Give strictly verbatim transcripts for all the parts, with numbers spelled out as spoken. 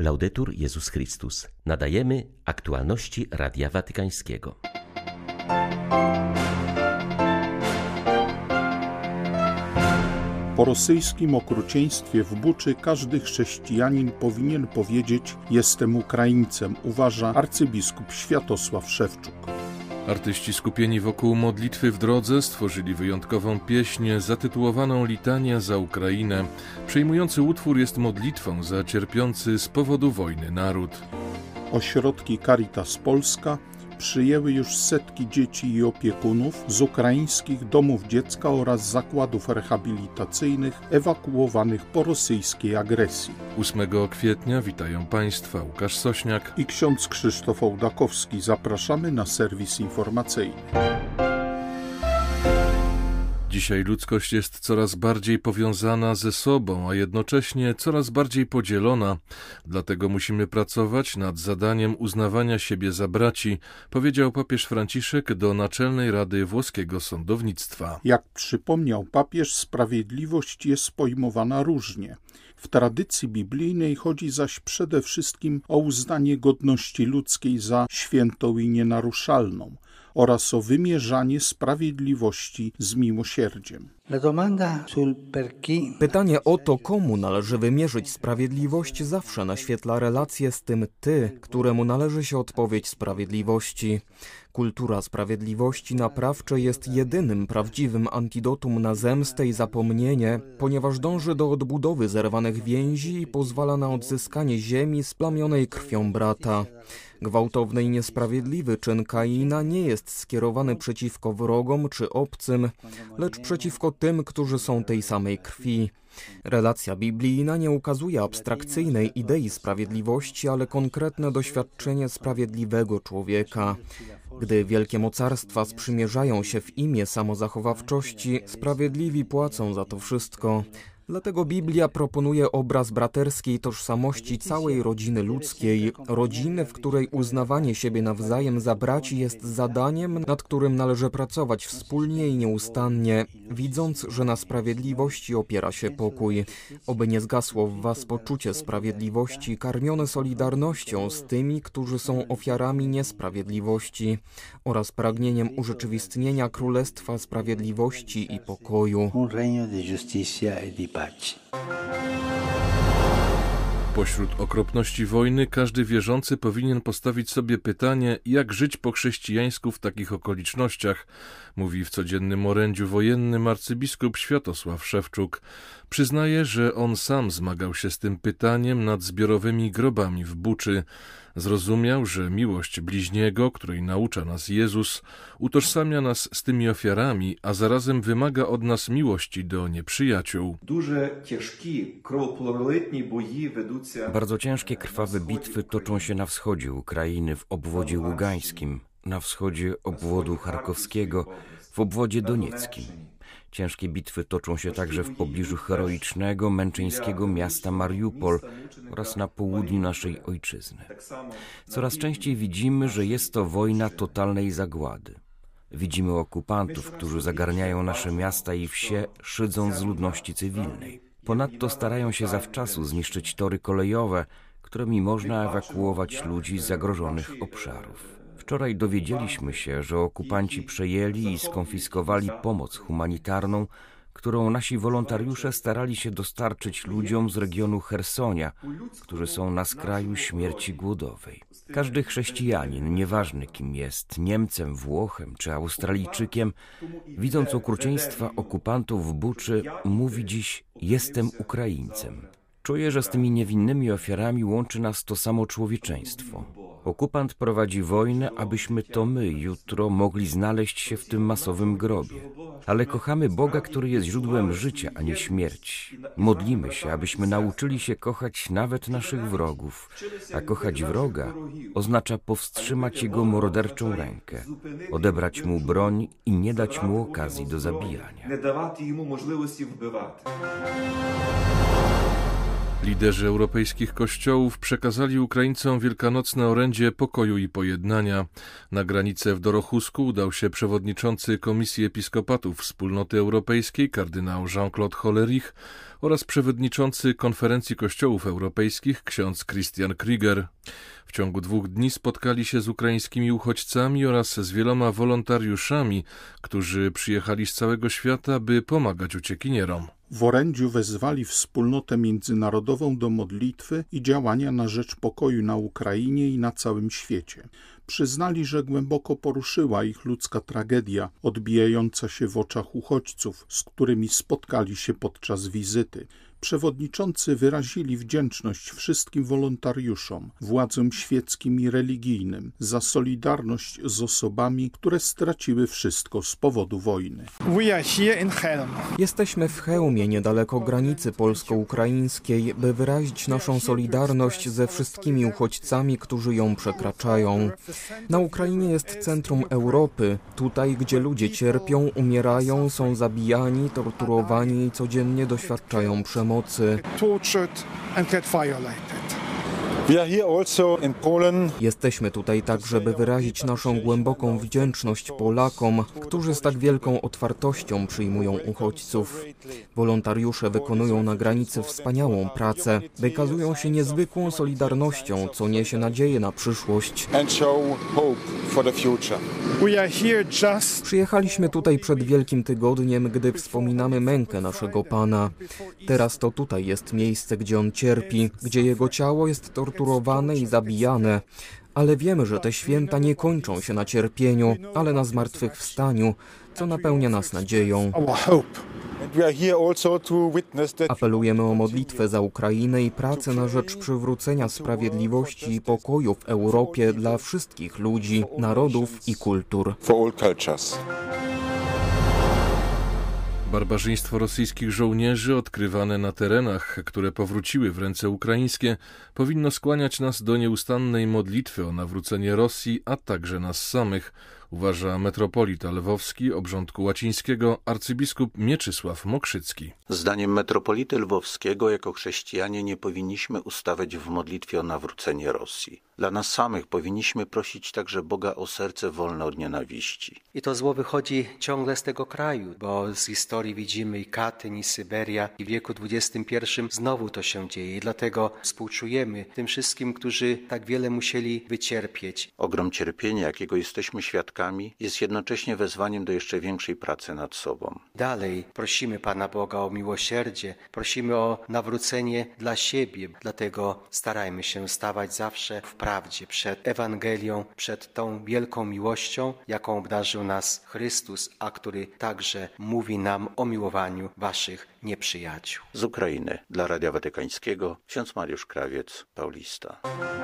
Laudetur Jezus Chrystus. Nadajemy aktualności Radia Watykańskiego. Po rosyjskim okrucieństwie w Buczy każdy chrześcijanin powinien powiedzieć: jestem Ukraińcem, uważa arcybiskup Światosław Szewczuk. Artyści skupieni wokół modlitwy w drodze stworzyli wyjątkową pieśń zatytułowaną Litania za Ukrainę. Przejmujący utwór jest modlitwą za cierpiący z powodu wojny naród. Ośrodki Caritas Polska przyjęły już setki dzieci i opiekunów z ukraińskich domów dziecka oraz zakładów rehabilitacyjnych ewakuowanych po rosyjskiej agresji. ósmego kwietnia witają Państwa Łukasz Sośniak i ksiądz Krzysztof Ołdakowski. Zapraszamy na serwis informacyjny. Dzisiaj ludzkość jest coraz bardziej powiązana ze sobą, a jednocześnie coraz bardziej podzielona. Dlatego musimy pracować nad zadaniem uznawania siebie za braci, powiedział papież Franciszek do Naczelnej Rady Włoskiego Sądownictwa. Jak przypomniał papież, sprawiedliwość jest pojmowana różnie. W tradycji biblijnej chodzi zaś przede wszystkim o uznanie godności ludzkiej za świętą i nienaruszalną oraz o wymierzanie sprawiedliwości z miłosierdziem. Pytanie o to, komu należy wymierzyć sprawiedliwość, zawsze naświetla relacje z tym ty, któremu należy się odpowiedź sprawiedliwości. Kultura sprawiedliwości naprawczej jest jedynym prawdziwym antidotum na zemstę i zapomnienie, ponieważ dąży do odbudowy zerwanych więzi i pozwala na odzyskanie ziemi splamionej krwią brata. Gwałtowny i niesprawiedliwy czyn Kaina nie jest skierowany przeciwko wrogom czy obcym, lecz przeciwko tym, którzy są tej samej krwi. Relacja biblijna nie ukazuje abstrakcyjnej idei sprawiedliwości, ale konkretne doświadczenie sprawiedliwego człowieka. Gdy wielkie mocarstwa sprzymierzają się w imię samozachowawczości, sprawiedliwi płacą za to wszystko. Dlatego Biblia proponuje obraz braterskiej tożsamości całej rodziny ludzkiej, rodziny, w której uznawanie siebie nawzajem za braci jest zadaniem, nad którym należy pracować wspólnie i nieustannie, widząc, że na sprawiedliwości opiera się pokój. Oby nie zgasło w was poczucie sprawiedliwości, karmione solidarnością z tymi, którzy są ofiarami niesprawiedliwości, oraz pragnieniem urzeczywistnienia Królestwa Sprawiedliwości i Pokoju. Pośród okropności wojny każdy wierzący powinien postawić sobie pytanie, jak żyć po chrześcijańsku w takich okolicznościach, mówi w codziennym orędziu wojennym arcybiskup Światosław Szewczuk. Przyznaje, że on sam zmagał się z tym pytaniem nad zbiorowymi grobami w Buczy. Zrozumiał, że miłość bliźniego, której naucza nas Jezus, utożsamia nas z tymi ofiarami, a zarazem wymaga od nas miłości do nieprzyjaciół. Bardzo ciężkie, krwawe bitwy toczą się na wschodzie Ukrainy, w obwodzie ługańskim, na wschodzie obwodu charkowskiego, w obwodzie donieckim. Ciężkie bitwy toczą się także w pobliżu heroicznego, męczeńskiego miasta Mariupol oraz na południu naszej ojczyzny. Coraz częściej widzimy, że jest to wojna totalnej zagłady. Widzimy okupantów, którzy zagarniają nasze miasta i wsie, szydząc z ludności cywilnej. Ponadto starają się zawczasu zniszczyć tory kolejowe, którymi można ewakuować ludzi z zagrożonych obszarów. Wczoraj dowiedzieliśmy się, że okupanci przejęli i skonfiskowali pomoc humanitarną, którą nasi wolontariusze starali się dostarczyć ludziom z regionu Chersonia, którzy są na skraju śmierci głodowej. Każdy chrześcijanin, nieważny kim jest, Niemcem, Włochem czy Australijczykiem, widząc okrucieństwa okupantów w Buczy, mówi dziś: jestem Ukraińcem. Czuję, że z tymi niewinnymi ofiarami łączy nas to samo człowieczeństwo. Okupant prowadzi wojnę, abyśmy to my jutro mogli znaleźć się w tym masowym grobie. Ale kochamy Boga, który jest źródłem życia, a nie śmierci. Modlimy się, abyśmy nauczyli się kochać nawet naszych wrogów. A kochać wroga oznacza powstrzymać jego morderczą rękę, odebrać mu broń i nie dać mu okazji do zabijania. Liderzy europejskich kościołów przekazali Ukraińcom wielkanocne orędzie pokoju i pojednania. Na granicę w Dorochusku udał się przewodniczący Komisji Episkopatów Wspólnoty Europejskiej kardynał Jean-Claude Hollerich oraz przewodniczący Konferencji Kościołów Europejskich ksiądz Christian Krieger. W ciągu dwóch dni spotkali się z ukraińskimi uchodźcami oraz z wieloma wolontariuszami, którzy przyjechali z całego świata, by pomagać uciekinierom. W orędziu wezwali wspólnotę międzynarodową do modlitwy i działania na rzecz pokoju na Ukrainie i na całym świecie. Przyznali, że głęboko poruszyła ich ludzka tragedia, odbijająca się w oczach uchodźców, z którymi spotkali się podczas wizyty. Przewodniczący wyrazili wdzięczność wszystkim wolontariuszom, władzom świeckim i religijnym za solidarność z osobami, które straciły wszystko z powodu wojny. Jesteśmy w Chełmie, niedaleko granicy polsko-ukraińskiej, by wyrazić naszą solidarność ze wszystkimi uchodźcami, którzy ją przekraczają. Na Ukrainie jest centrum Europy, tutaj, gdzie ludzie cierpią, umierają, są zabijani, torturowani i codziennie doświadczają przemocy. Jesteśmy tutaj także, by wyrazić naszą głęboką wdzięczność Polakom, którzy z tak wielką otwartością przyjmują uchodźców. Wolontariusze wykonują na granicy wspaniałą pracę, wykazują się niezwykłą solidarnością, co niesie nadzieję na przyszłość. Przyjechaliśmy tutaj przed Wielkim Tygodniem, gdy wspominamy mękę naszego Pana. Teraz to tutaj jest miejsce, gdzie On cierpi, gdzie Jego ciało jest torturowane i zabijane. Ale wiemy, że te święta nie kończą się na cierpieniu, ale na zmartwychwstaniu, co napełnia nas nadzieją. Apelujemy o modlitwę za Ukrainę i pracę na rzecz przywrócenia sprawiedliwości i pokoju w Europie dla wszystkich ludzi, narodów i kultur. Barbarzyństwo rosyjskich żołnierzy odkrywane na terenach, które powróciły w ręce ukraińskie, powinno skłaniać nas do nieustannej modlitwy o nawrócenie Rosji, a także nas samych, uważa metropolita lwowski obrządku łacińskiego arcybiskup Mieczysław Mokrzycki. Zdaniem metropolity lwowskiego jako chrześcijanie nie powinniśmy ustawać w modlitwie o nawrócenie Rosji. Dla nas samych powinniśmy prosić także Boga o serce wolne od nienawiści. I to zło wychodzi ciągle z tego kraju, bo z historii widzimy i Katyn, i Syberia, i w wieku dwudziestym pierwszym znowu to się dzieje. I dlatego współczujemy tym wszystkim, którzy tak wiele musieli wycierpieć. Ogrom cierpienia, jakiego jesteśmy świadkami, jest jednocześnie wezwaniem do jeszcze większej pracy nad sobą. Dalej prosimy Pana Boga o miłosierdzie, prosimy o nawrócenie dla siebie, dlatego starajmy się stawać zawsze w prawdzie, przed Ewangelią, przed tą wielką miłością, jaką obdarzył nas Chrystus, a który także mówi nam o miłowaniu waszych nieprzyjaciół. Z Ukrainy dla Radia Watykańskiego ksiądz Mariusz Krawiec, Paulista.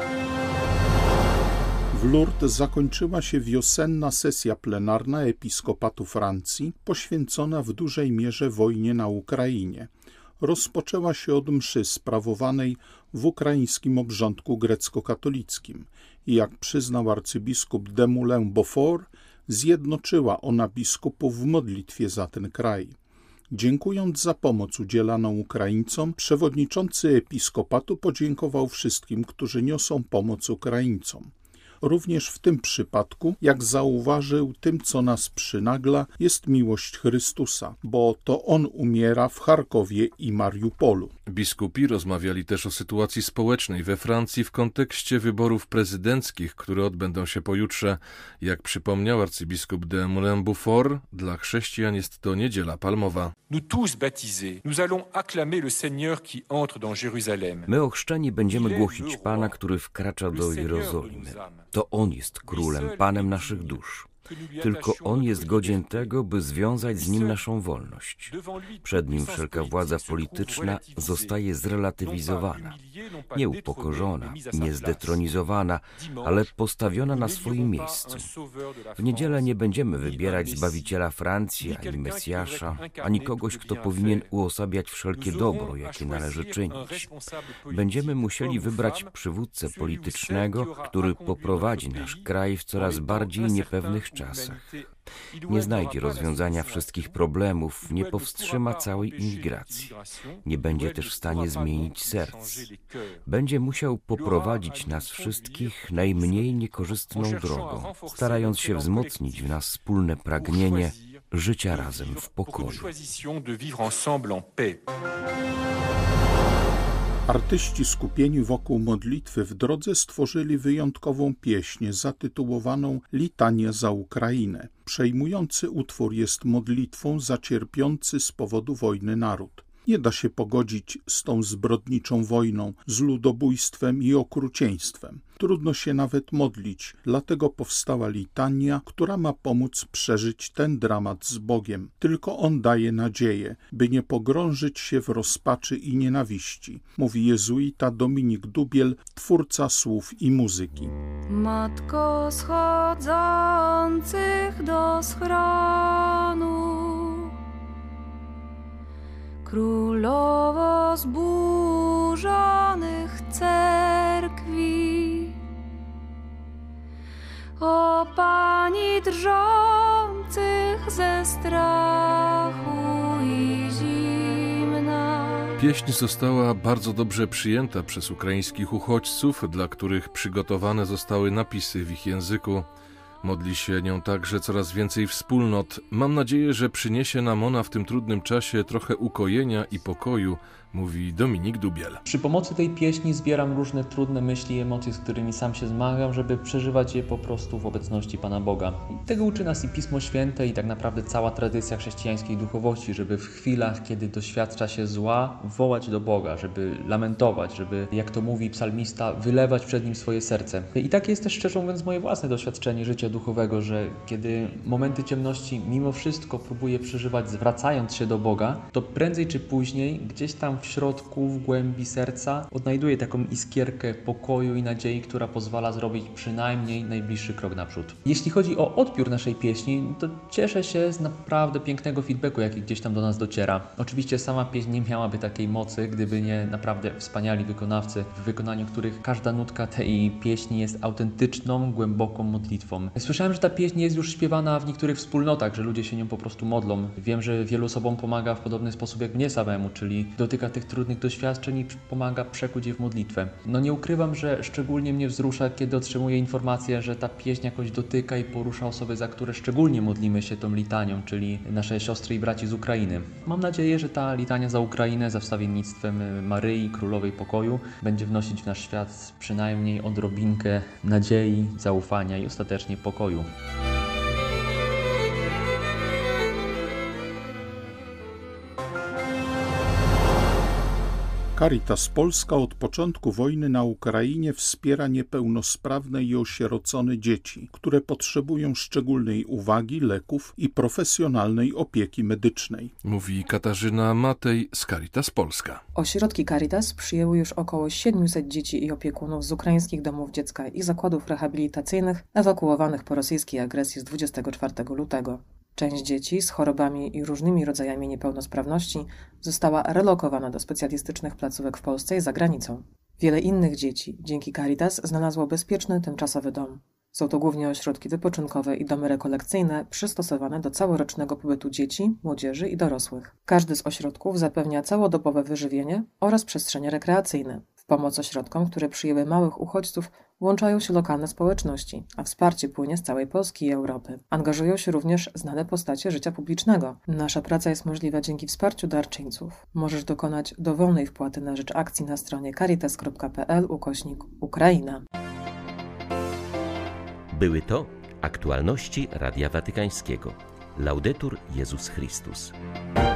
W Lourdes zakończyła się wiosenna sesja plenarna Episkopatu Francji, poświęcona w dużej mierze wojnie na Ukrainie. Rozpoczęła się od mszy sprawowanej w ukraińskim obrządku grecko-katolickim i, jak przyznał arcybiskup Demoulin-Beaufort, zjednoczyła ona biskupów w modlitwie za ten kraj. Dziękując za pomoc udzielaną Ukraińcom, przewodniczący episkopatu podziękował wszystkim, którzy niosą pomoc Ukraińcom. Również w tym przypadku, jak zauważył, tym, co nas przynagla, jest miłość Chrystusa, bo to On umiera w Charkowie i Mariupolu. Biskupi rozmawiali też o sytuacji społecznej we Francji w kontekście wyborów prezydenckich, które odbędą się pojutrze. Jak przypomniał arcybiskup de Moulin-Beaufort, dla chrześcijan jest to Niedziela Palmowa. My ochrzczeni będziemy głosić Pana, który wkracza do Jerozolimy. To On jest królem, Panem naszych dusz. Tylko On jest godzien tego, by związać z Nim naszą wolność. Przed Nim wszelka władza polityczna zostaje zrelatywizowana, nie upokorzona, nie zdetronizowana, ale postawiona na swoim miejscu. W niedzielę nie będziemy wybierać Zbawiciela Francji, ani Mesjasza, ani kogoś, kto powinien uosabiać wszelkie dobro, jakie należy czynić. Będziemy musieli wybrać przywódcę politycznego, który poprowadzi nasz kraj w coraz bardziej niepewnych czasach. czasach. Nie znajdzie rozwiązania wszystkich problemów, nie powstrzyma całej imigracji. Nie będzie też w stanie zmienić serc. Będzie musiał poprowadzić nas wszystkich najmniej niekorzystną drogą, starając się wzmocnić w nas wspólne pragnienie życia razem w pokoju. Artyści skupieni wokół modlitwy w drodze stworzyli wyjątkową pieśń zatytułowaną Litania za Ukrainę. Przejmujący utwór jest modlitwą za cierpiący z powodu wojny naród. Nie da się pogodzić z tą zbrodniczą wojną, z ludobójstwem i okrucieństwem. Trudno się nawet modlić, dlatego powstała litania, która ma pomóc przeżyć ten dramat z Bogiem. Tylko On daje nadzieję, by nie pogrążyć się w rozpaczy i nienawiści, mówi jezuita Dominik Dubiel, twórca słów i muzyki. Matko schodzących do schronu, Królowo zburzonych cerkwi, o Pani drżących ze strachu i zimna. Pieśń została bardzo dobrze przyjęta przez ukraińskich uchodźców, dla których przygotowane zostały napisy w ich języku. Modli się nią także coraz więcej wspólnot. Mam nadzieję, że przyniesie nam ona w tym trudnym czasie trochę ukojenia i pokoju, mówi Dominik Dubiel. Przy pomocy tej pieśni zbieram różne trudne myśli i emocje, z którymi sam się zmagam, żeby przeżywać je po prostu w obecności Pana Boga. I tego uczy nas i Pismo Święte i tak naprawdę cała tradycja chrześcijańskiej duchowości, żeby w chwilach, kiedy doświadcza się zła, wołać do Boga, żeby lamentować, żeby, jak to mówi psalmista, wylewać przed Nim swoje serce. I takie jest też, szczerze mówiąc, moje własne doświadczenie życia duchowego, że kiedy momenty ciemności mimo wszystko próbuję przeżywać zwracając się do Boga, to prędzej czy później gdzieś tam w środku, w głębi serca odnajduję taką iskierkę pokoju i nadziei, która pozwala zrobić przynajmniej najbliższy krok naprzód. Jeśli chodzi o odbiór naszej pieśni, to cieszę się z naprawdę pięknego feedbacku, jaki gdzieś tam do nas dociera. Oczywiście sama pieśń nie miałaby takiej mocy, gdyby nie naprawdę wspaniali wykonawcy, w wykonaniu których każda nutka tej pieśni jest autentyczną, głęboką modlitwą. Słyszałem, że ta pieśń jest już śpiewana w niektórych wspólnotach, że ludzie się nią po prostu modlą. Wiem, że wielu osobom pomaga w podobny sposób jak mnie samemu, czyli dotyka tych trudnych doświadczeń i pomaga przekuć je w modlitwę. No nie ukrywam, że szczególnie mnie wzrusza, kiedy otrzymuję informację, że ta pieśń jakoś dotyka i porusza osoby, za które szczególnie modlimy się tą litanią, czyli nasze siostry i braci z Ukrainy. Mam nadzieję, że ta litania za Ukrainę, za wstawiennictwem Maryi, Królowej Pokoju, będzie wnosić w nasz świat przynajmniej odrobinkę nadziei, zaufania i ostatecznie pokoju. Caritas Polska od początku wojny na Ukrainie wspiera niepełnosprawne i osierocone dzieci, które potrzebują szczególnej uwagi, leków i profesjonalnej opieki medycznej. Mówi Katarzyna Matej z Caritas Polska. Ośrodki Caritas przyjęły już około siedmiuset dzieci i opiekunów z ukraińskich domów dziecka i zakładów rehabilitacyjnych ewakuowanych po rosyjskiej agresji z dwudziestego czwartego lutego. Część dzieci z chorobami i różnymi rodzajami niepełnosprawności została relokowana do specjalistycznych placówek w Polsce i za granicą. Wiele innych dzieci dzięki Caritas znalazło bezpieczny, tymczasowy dom. Są to głównie ośrodki wypoczynkowe i domy rekolekcyjne przystosowane do całorocznego pobytu dzieci, młodzieży i dorosłych. Każdy z ośrodków zapewnia całodobowe wyżywienie oraz przestrzenie rekreacyjne. W pomoc ośrodkom, które przyjęły małych uchodźców, włączają się lokalne społeczności, a wsparcie płynie z całej Polski i Europy. Angażują się również znane postacie życia publicznego. Nasza praca jest możliwa dzięki wsparciu darczyńców. Możesz dokonać dowolnej wpłaty na rzecz akcji na stronie caritas.pl ukośnik Ukraina. Były to aktualności Radia Watykańskiego. Laudetur Jezus Chrystus.